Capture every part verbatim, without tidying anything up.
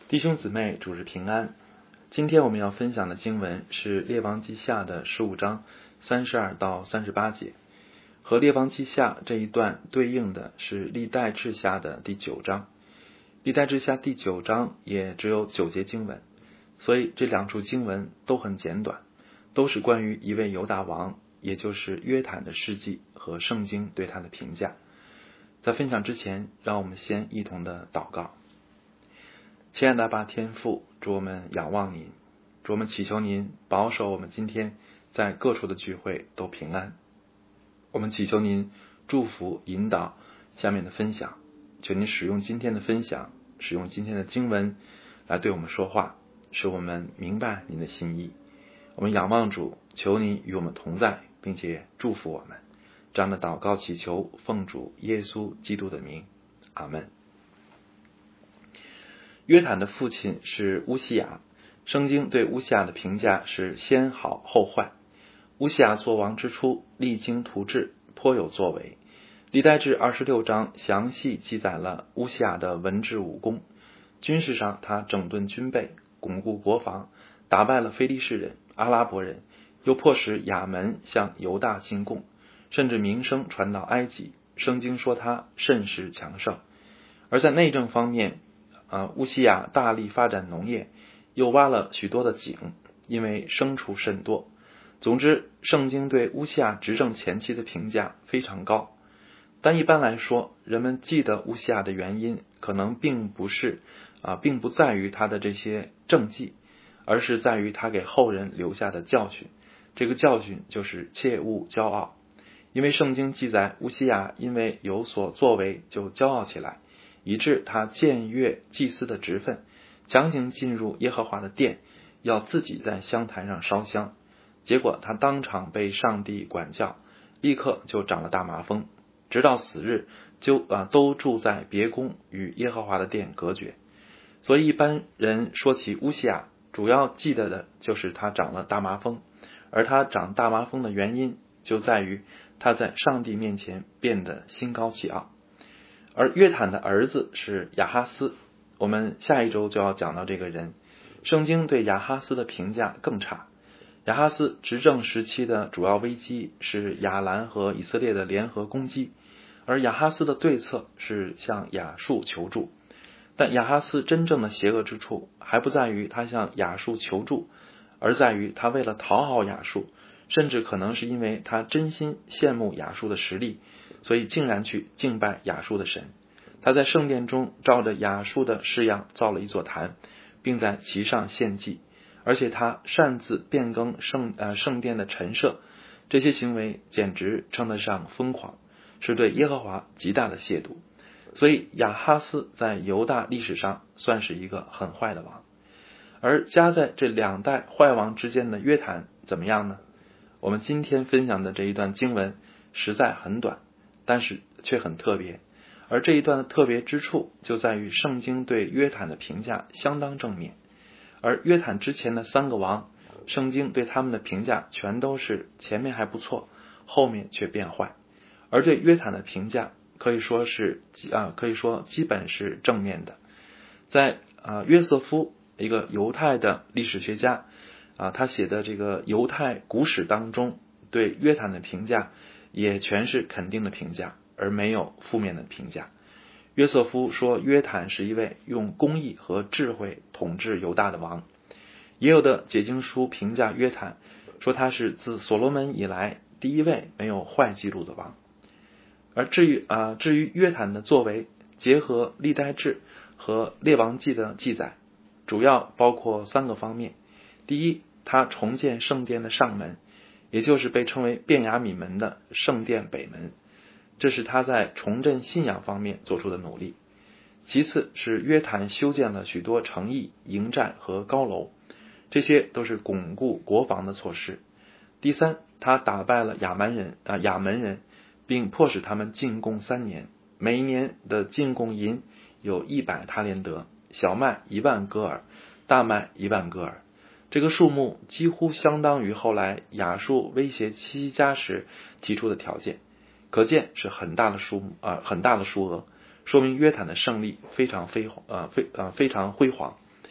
弟兄姊妹，主日平安。今天我们要分享的经文是列王记下的十五章三十二到三十八节，和列王记下这一段对应的是历代志下的第九章。历代志下第九章也只有九节经文，所以这两处经文都很简短，都是关于一位犹大王，也就是约坦的事迹和圣经对他的评价。在分享之前，让我们先一同的祷告。亲爱的阿爸天父，主我们仰望您，主我们祈求您保守我们今天在各处的聚会都平安。我们祈求您祝福引导下面的分享，求您使用今天的分享，使用今天的经文来对我们说话，使我们明白您的心意。我们仰望主，求您与我们同在，并且祝福我们。这样的祷告祈求奉主耶稣基督的名，阿们。约坦的父亲是乌西雅，圣经对乌西雅的评价是先好后坏。乌西雅作王之初，励精图治，颇有作为。历代志二十六章详细记载了乌西雅的文治武功。军事上，他整顿军备，巩固国防，打败了非利士人、阿拉伯人，又迫使亚门向犹大进贡，甚至名声传到埃及。圣经说他甚是强盛。而在内政方面，啊，乌西雅大力发展农业，又挖了许多的井，因为牲畜甚多。总之，圣经对乌西雅执政前期的评价非常高。但一般来说，人们记得乌西雅的原因，可能并不是啊，并不在于他的这些政绩，而是在于他给后人留下的教训。这个教训就是切勿骄傲。因为圣经记载，乌西雅因为有所作为就骄傲起来，以致他僭越祭司的职分，强行进入耶和华的殿，要自己在香坛上烧香。结果他当场被上帝管教，立刻就长了大麻风，直到死日就啊都住在别宫，与耶和华的殿隔绝。所以一般人说起乌西雅，主要记得的就是他长了大麻风，而他长大麻风的原因就在于他在上帝面前变得心高气傲。而约坦的儿子是亚哈斯，我们下一周就要讲到这个人。圣经对亚哈斯的评价更差。亚哈斯执政时期的主要危机是亚兰和以色列的联合攻击，而亚哈斯的对策是向亚述求助。但亚哈斯真正的邪恶之处还不在于他向亚述求助，而在于他为了讨好亚述，甚至可能是因为他真心羡慕亚述的实力，所以竟然去敬拜亚述的神。他在圣殿中照着亚述的式样造了一座坛，并在其上献祭，而且他擅自变更圣呃圣殿的陈设，这些行为简直称得上疯狂，是对耶和华极大的亵渎。所以亚哈斯在犹大历史上算是一个很坏的王。而夹在这两代坏王之间的约坦怎么样呢？我们今天分享的这一段经文实在很短，但是却很特别。而这一段的特别之处就在于圣经对约坦的评价相当正面，而约坦之前的三个王，圣经对他们的评价全都是前面还不错，后面却变坏。而对约坦的评价可以说是啊，可以说基本是正面的。在啊约瑟夫，一个犹太的历史学家啊，他写的这个犹太古史当中，对约坦的评价也全是肯定的评价，而没有负面的评价。约瑟夫说约坦是一位用公义和智慧统治犹大的王。也有的解经书评价约坦，说他是自所罗门以来第一位没有坏记录的王。而至于啊，至于约坦的作为，结合历代志和列王记的记载，主要包括三个方面。第一，他重建圣殿的上门，也就是被称为便雅悯门的圣殿北门，这是他在重振信仰方面做出的努力。其次是约坦修建了许多城邑、营寨和高楼，这些都是巩固国防的措施。第三，他打败了亚门人啊亚门人，并迫使他们进贡三年，每一年的进贡银有一百他连德，小麦一万戈尔，大麦一万戈尔。这个数目几乎相当于后来亚述威胁西西家时提出的条件，可见是很大的数目啊、呃，很大的数额，说明约坦的胜利非常非呃非呃非常辉煌。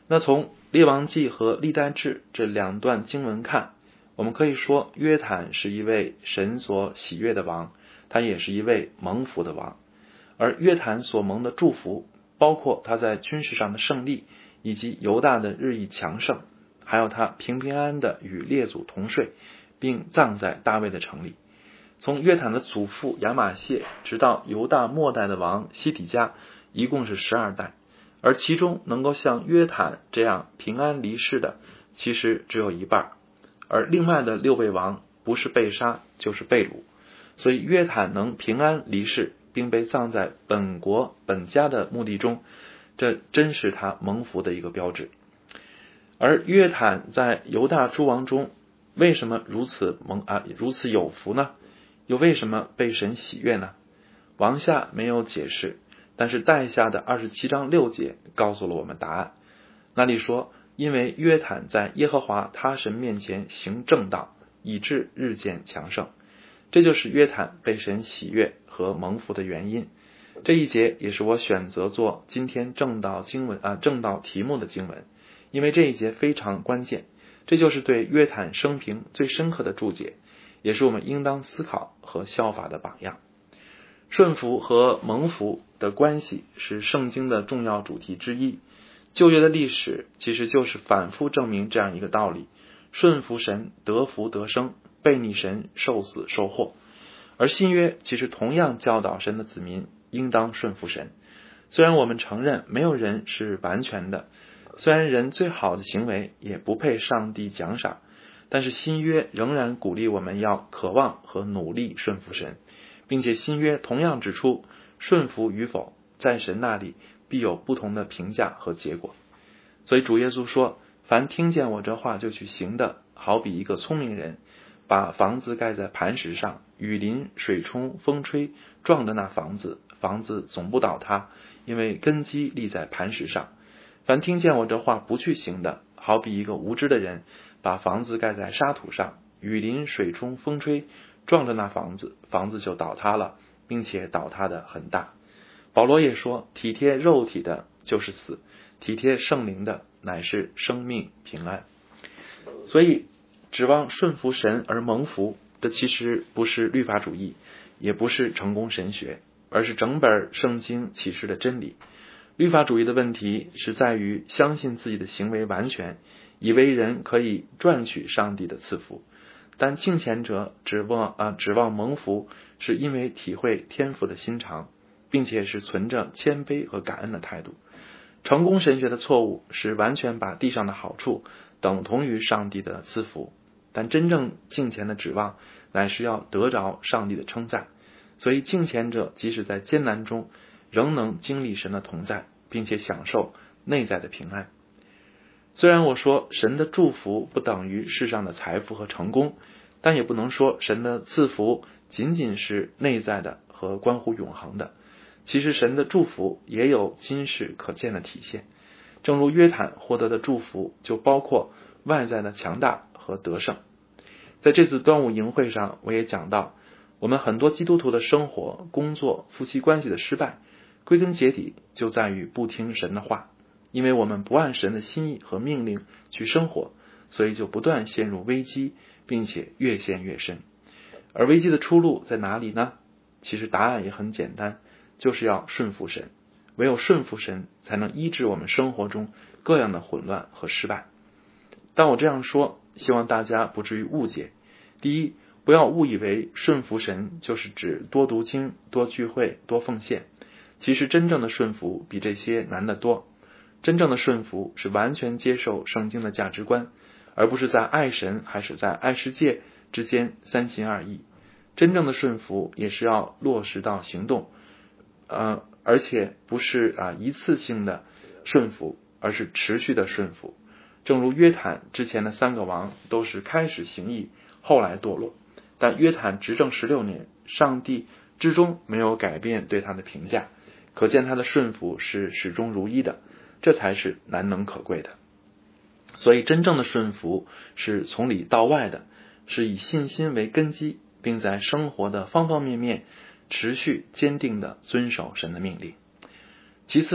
那从列王纪和历代志这两段经文看，我们可以说约坦是一位神所喜悦的王，他也是一位蒙福的王。而约坦所蒙的祝福，包括他在军事上的胜利，以及犹大的日益强盛，还有他平平安安的与列祖同睡，并葬在大卫的城里。从约坦的祖父亚玛谢直到犹大末代的王西底家，一共是十二代，而其中能够像约坦这样平安离世的，其实只有一半，而另外的六位王不是被杀就是被掳，所以约坦能平安离世并被葬在本国本家的墓地中，这真是他蒙福的一个标志。而约坦在犹大诸王中为什么如此蒙啊如此有福呢？又为什么被神喜悦呢？王下没有解释，但是代下的二十七章六节告诉了我们答案。那里说，因为约坦在耶和华他神面前行正道，以致日渐强盛，这就是约坦被神喜悦和蒙福的原因。这一节也是我选择做今天正道经文啊正道题目的经文，因为这一节非常关键，这就是对约坦生平最深刻的注解，也是我们应当思考和效法的榜样。顺服和蒙福的关系是圣经的重要主题之一。旧约的历史其实就是反复证明这样一个道理：顺服神得福得生，悖逆神受死受祸。而新约其实同样教导神的子民应当顺服神。虽然我们承认没有人是完全的，虽然人最好的行为也不配上帝奖赏，但是新约仍然鼓励我们要渴望和努力顺服神，并且新约同样指出，顺服与否在神那里必有不同的评价和结果。所以主耶稣说，凡听见我这话就去行的，好比一个聪明人把房子盖在磐石上，雨淋水冲风吹撞的那房子，房子总不倒塌，因为根基立在磐石上。凡听见我这话不去行的，好比一个无知的人把房子盖在沙土上，雨淋水冲风吹撞着那房子，房子就倒塌了，并且倒塌的很大。保罗也说，体贴肉体的就是死，体贴圣灵的乃是生命平安。所以指望顺服神而蒙福，这其实不是律法主义，也不是成功神学，而是整本圣经启示的真理。律法主义的问题是在于相信自己的行为完全，以为人可以赚取上帝的赐福，但敬虔者指望啊指望蒙福，是因为体会天父的心肠，并且是存着谦卑和感恩的态度。成功神学的错误是完全把地上的好处等同于上帝的赐福，但真正敬虔的指望乃是要得着上帝的称赞。所以敬虔者即使在艰难中仍能经历神的同在，并且享受内在的平安。虽然我说神的祝福不等于世上的财富和成功，但也不能说神的赐福仅仅是内在的和关乎永恒的。其实神的祝福也有今世可见的体现，正如约坦获得的祝福就包括外在的强大和得胜。在这次端午营会上，我也讲到，我们很多基督徒的生活、工作、夫妻关系的失败，归根结底就在于不听神的话，因为我们不按神的心意和命令去生活，所以就不断陷入危机，并且越陷越深。而危机的出路在哪里呢？其实答案也很简单，就是要顺服神。唯有顺服神，才能医治我们生活中各样的混乱和失败。当我这样说，希望大家不至于误解。第一，不要误以为顺服神就是指多读经、多聚会、多奉献。其实真正的顺服比这些难得多。真正的顺服是完全接受圣经的价值观，而不是在爱神还是在爱世界之间三心二意。真正的顺服也是要落实到行动，呃，而且不是啊一次性的顺服，而是持续的顺服。正如约坦之前的三个王都是开始行义，后来堕落，但约坦执政十六年，上帝至终没有改变对他的评价，可见他的顺服是始终如一的，这才是难能可贵的。所以真正的顺服是从里到外的，是以信心为根基，并在生活的方方面面持续坚定地遵守神的命令。其次，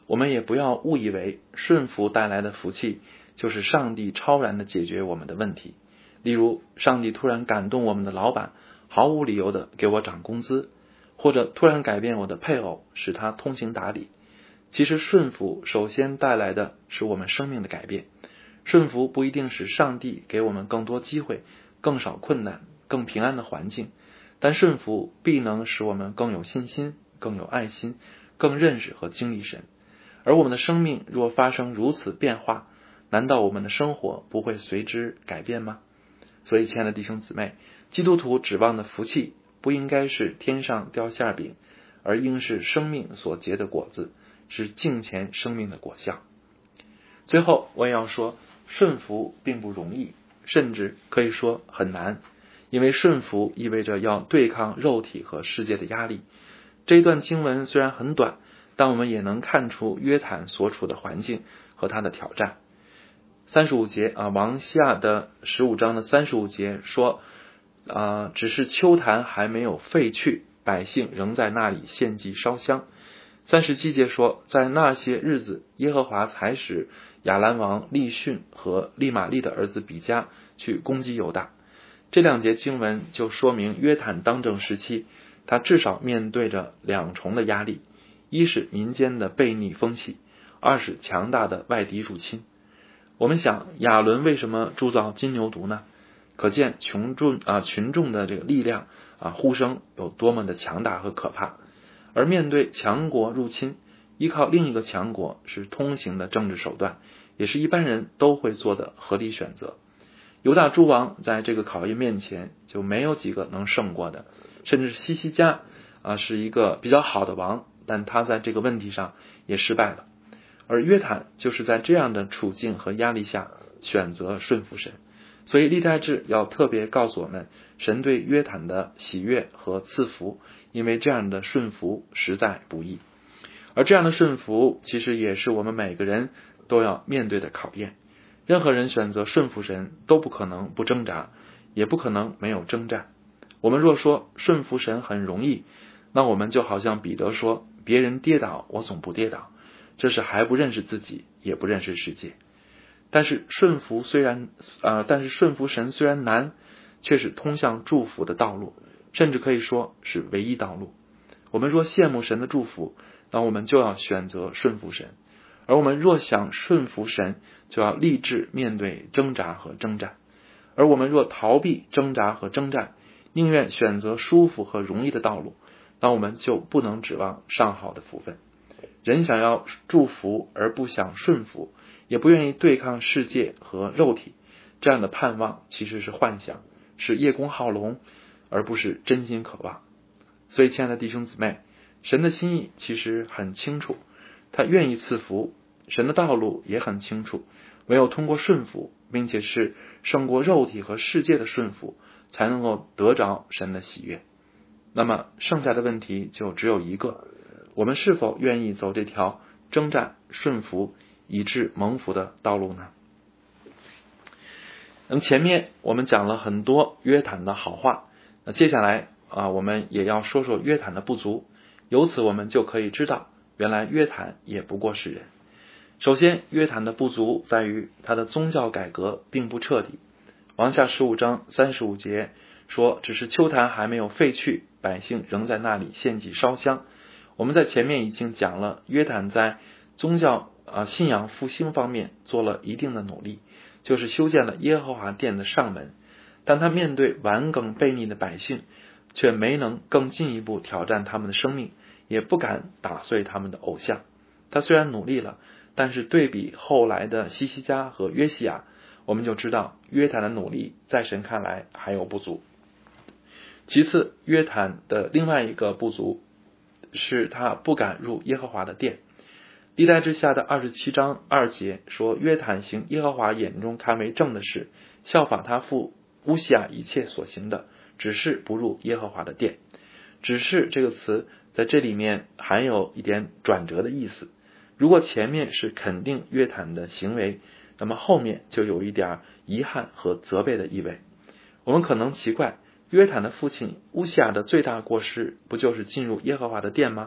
我们也不要误以为顺服带来的福气就是上帝超然的解决我们的问题。例如，上帝突然感动我们的老板，毫无理由的给我涨工资，或者突然改变我的配偶，使他通情达理。其实顺服首先带来的是我们生命的改变。顺服不一定使上帝给我们更多机会、更少困难、更平安的环境，但顺服必能使我们更有信心、更有爱心、更认识和经历神。而我们的生命若发生如此变化，难道我们的生活不会随之改变吗？所以亲爱的弟兄姊妹，基督徒指望的福气不应该是天上掉馅饼，而应是生命所结的果子，是敬虔生命的果效。最后我也要说，顺服并不容易，甚至可以说很难，因为顺服意味着要对抗肉体和世界的压力。这一段经文虽然很短，但我们也能看出约坦所处的环境和他的挑战。三十五节啊，往下的十五章的三十五节说，啊，只是秋坛还没有废去，百姓仍在那里献祭烧香。三十七节说，在那些日子，耶和华才使亚兰王利逊和利玛利的儿子比加去攻击犹大。这两节经文就说明约坦当政时期，他至少面对着两重的压力，一是民间的悖逆风气，二是强大的外敌入侵。我们想，亚伦为什么铸造金牛犊呢？可见群众啊群众的这个力量啊呼声有多么的强大和可怕。而面对强国入侵，依靠另一个强国是通行的政治手段，也是一般人都会做的合理选择。犹大诸王在这个考验面前就没有几个能胜过的，甚至西西家啊是一个比较好的王，但他在这个问题上也失败了。而约坦就是在这样的处境和压力下选择顺服神。所以历代志要特别告诉我们，神对约坦的喜悦和赐福，因为这样的顺服实在不易。而这样的顺服其实也是我们每个人都要面对的考验。任何人选择顺服神都不可能不挣扎，也不可能没有征战。我们若说顺服神很容易，那我们就好像彼得说，别人跌倒我总不跌倒，这是还不认识自己，也不认识世界。但是顺服虽然呃，但是顺服神虽然难，却是通向祝福的道路，甚至可以说是唯一道路。我们若羡慕神的祝福，那我们就要选择顺服神。而我们若想顺服神，就要立志面对挣扎和征战。而我们若逃避挣扎和征战，宁愿选择舒服和容易的道路，那我们就不能指望上好的福分。人想要祝福而不想顺服，也不愿意对抗世界和肉体，这样的盼望其实是幻想，是叶公好龙，而不是真心渴望。所以亲爱的弟兄姊妹，神的心意其实很清楚，他愿意赐福，神的道路也很清楚，唯有通过顺服，并且是胜过肉体和世界的顺服，才能够得着神的喜悦。那么剩下的问题就只有一个，我们是否愿意走这条征战顺服以致蒙福的道路呢？那么前面我们讲了很多约坦的好话，那接下来啊，我们也要说说约坦的不足。由此我们就可以知道，原来约坦也不过是人。首先，约坦的不足在于他的宗教改革并不彻底。往下十五章三十五节说，只是秋坛还没有废去，百姓仍在那里献祭烧香。我们在前面已经讲了，约坦在宗教啊信仰复兴方面做了一定的努力，就是修建了耶和华殿的上门，但他面对顽梗悖逆的百姓，却没能更进一步挑战他们的生命，也不敢打碎他们的偶像。他虽然努力了，但是对比后来的西西家和约西亚，我们就知道约坦的努力在神看来还有不足。其次，约坦的另外一个不足是他不敢入耶和华的殿。历代志下的二十七章二节说，约坦行耶和华眼中看为正的事，效法他父乌西亚一切所行的，只是不入耶和华的殿。只是这个词在这里面含有一点转折的意思。如果前面是肯定约坦的行为，那么后面就有一点遗憾和责备的意味。我们可能奇怪，约坦的父亲乌西亚的最大过失不就是进入耶和华的殿吗？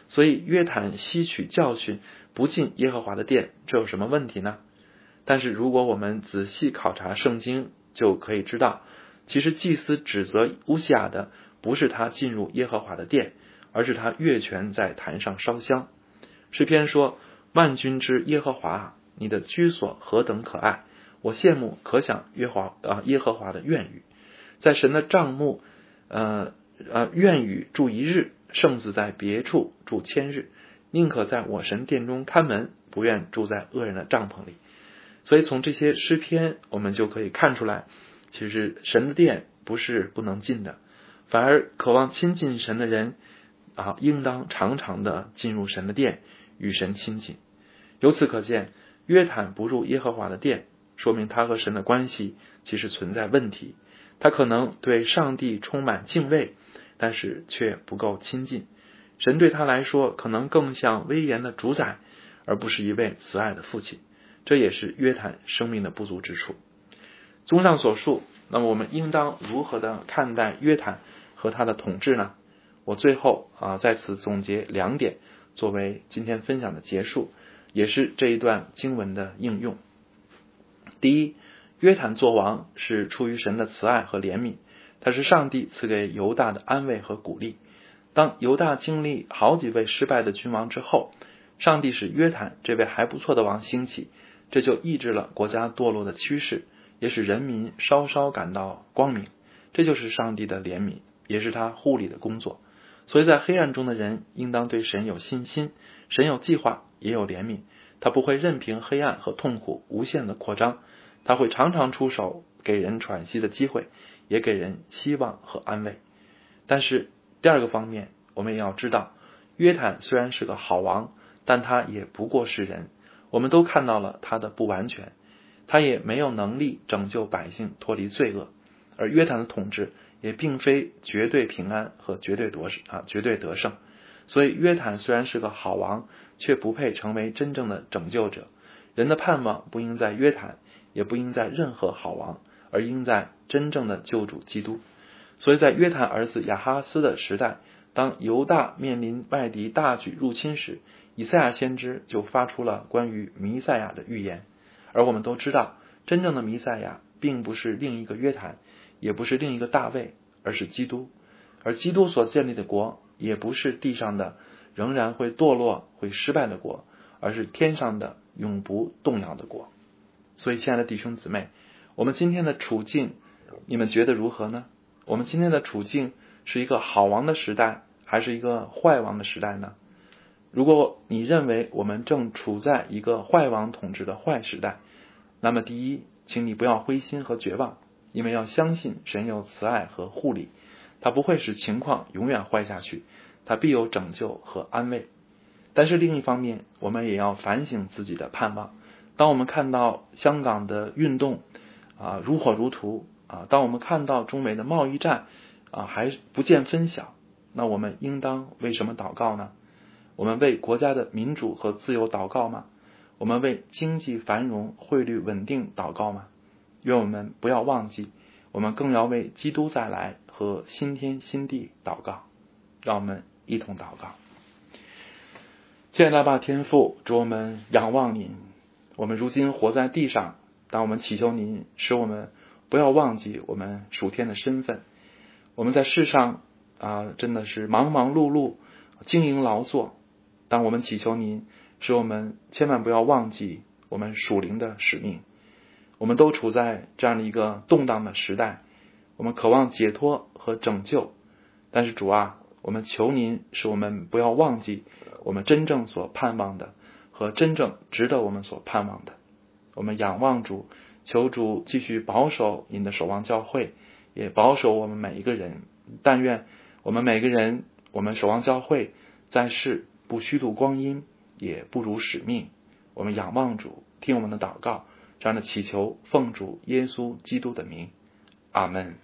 所以约坦吸取教训，不进耶和华的殿，这有什么问题呢？但是如果我们仔细考察圣经，就可以知道，其实祭司指责乌西雅的不是他进入耶和华的殿，而是他越权在坛上烧香。诗篇说，万军之耶和华，你的居所何等可爱，我羡慕可想耶和华、呃、耶和华的愿语。在神的帐幕呃呃愿语住一日，胜似在别处住千日，宁可在我神殿中看门，不愿住在恶人的帐篷里。所以从这些诗篇我们就可以看出来，其实神的殿不是不能进的，反而渴望亲近神的人啊，应当常常的进入神的殿，与神亲近。由此可见，约坦不入耶和华的殿，说明他和神的关系其实存在问题。他可能对上帝充满敬畏，但是却不够亲近。神对他来说可能更像威严的主宰，而不是一位慈爱的父亲。这也是约坦生命的不足之处。综上所述，那么我们应当如何的看待约坦和他的统治呢？我最后啊在此总结两点，作为今天分享的结束，也是这一段经文的应用。第一，约坦作王是出于神的慈爱和怜悯，他是上帝赐给犹大的安慰和鼓励。当犹大经历好几位失败的君王之后，上帝使约坦这位还不错的王兴起，这就抑制了国家堕落的趋势，也使人民稍稍感到光明。这就是上帝的怜悯，也是他护理的工作。所以在黑暗中的人应当对神有信心，神有计划，也有怜悯，他不会任凭黑暗和痛苦无限的扩张，他会常常出手，给人喘息的机会，也给人希望和安慰。但是第二个方面，我们也要知道，约坦虽然是个好王，但他也不过是人，我们都看到了他的不完全，他也没有能力拯救百姓脱离罪恶，而约坦的统治也并非绝对平安和绝对得啊绝对得胜。所以约坦虽然是个好王，却不配成为真正的拯救者。人的盼望不应在约坦，也不应在任何好王，而应在真正的救主基督。所以在约坦儿子亚哈斯的时代，当犹大面临外敌大举入侵时，以赛亚先知就发出了关于弥赛亚的预言。而我们都知道，真正的弥赛亚并不是另一个约坦，也不是另一个大卫，而是基督。而基督所建立的国，也不是地上的仍然会堕落会失败的国，而是天上的永不动摇的国。所以亲爱的弟兄姊妹，我们今天的处境你们觉得如何呢？我们今天的处境是一个好王的时代，还是一个坏王的时代呢？如果你认为我们正处在一个坏王统治的坏时代，那么第一，请你不要灰心和绝望，因为要相信神有慈爱和护理，他不会使情况永远坏下去，他必有拯救和安慰。但是另一方面，我们也要反省自己的盼望。当我们看到香港的运动啊如火如荼啊，当我们看到中美的贸易战啊还不见分晓，那我们应当为什么祷告呢？我们为国家的民主和自由祷告吗？我们为经济繁荣、汇率稳定祷告吗？愿我们不要忘记，我们更要为基督再来和新天新地祷告。让我们一同祷告。亲爱的阿爸天父，主，我们仰望您。我们如今活在地上，当我们祈求您，使我们不要忘记我们属天的身份。我们在世上啊，真的是忙忙碌碌，经营劳作。当我们祈求您，使我们千万不要忘记我们属灵的使命。我们都处在这样的一个动荡的时代，我们渴望解脱和拯救。但是主啊，我们求您使我们不要忘记我们真正所盼望的和真正值得我们所盼望的。我们仰望主，求主继续保守您的守望教会，也保守我们每一个人。但愿我们每个人，我们守望教会在世不虚度光阴，也不辱使命。我们仰望主，听我们的祷告，这样的祈求奉主耶稣基督的名，阿们。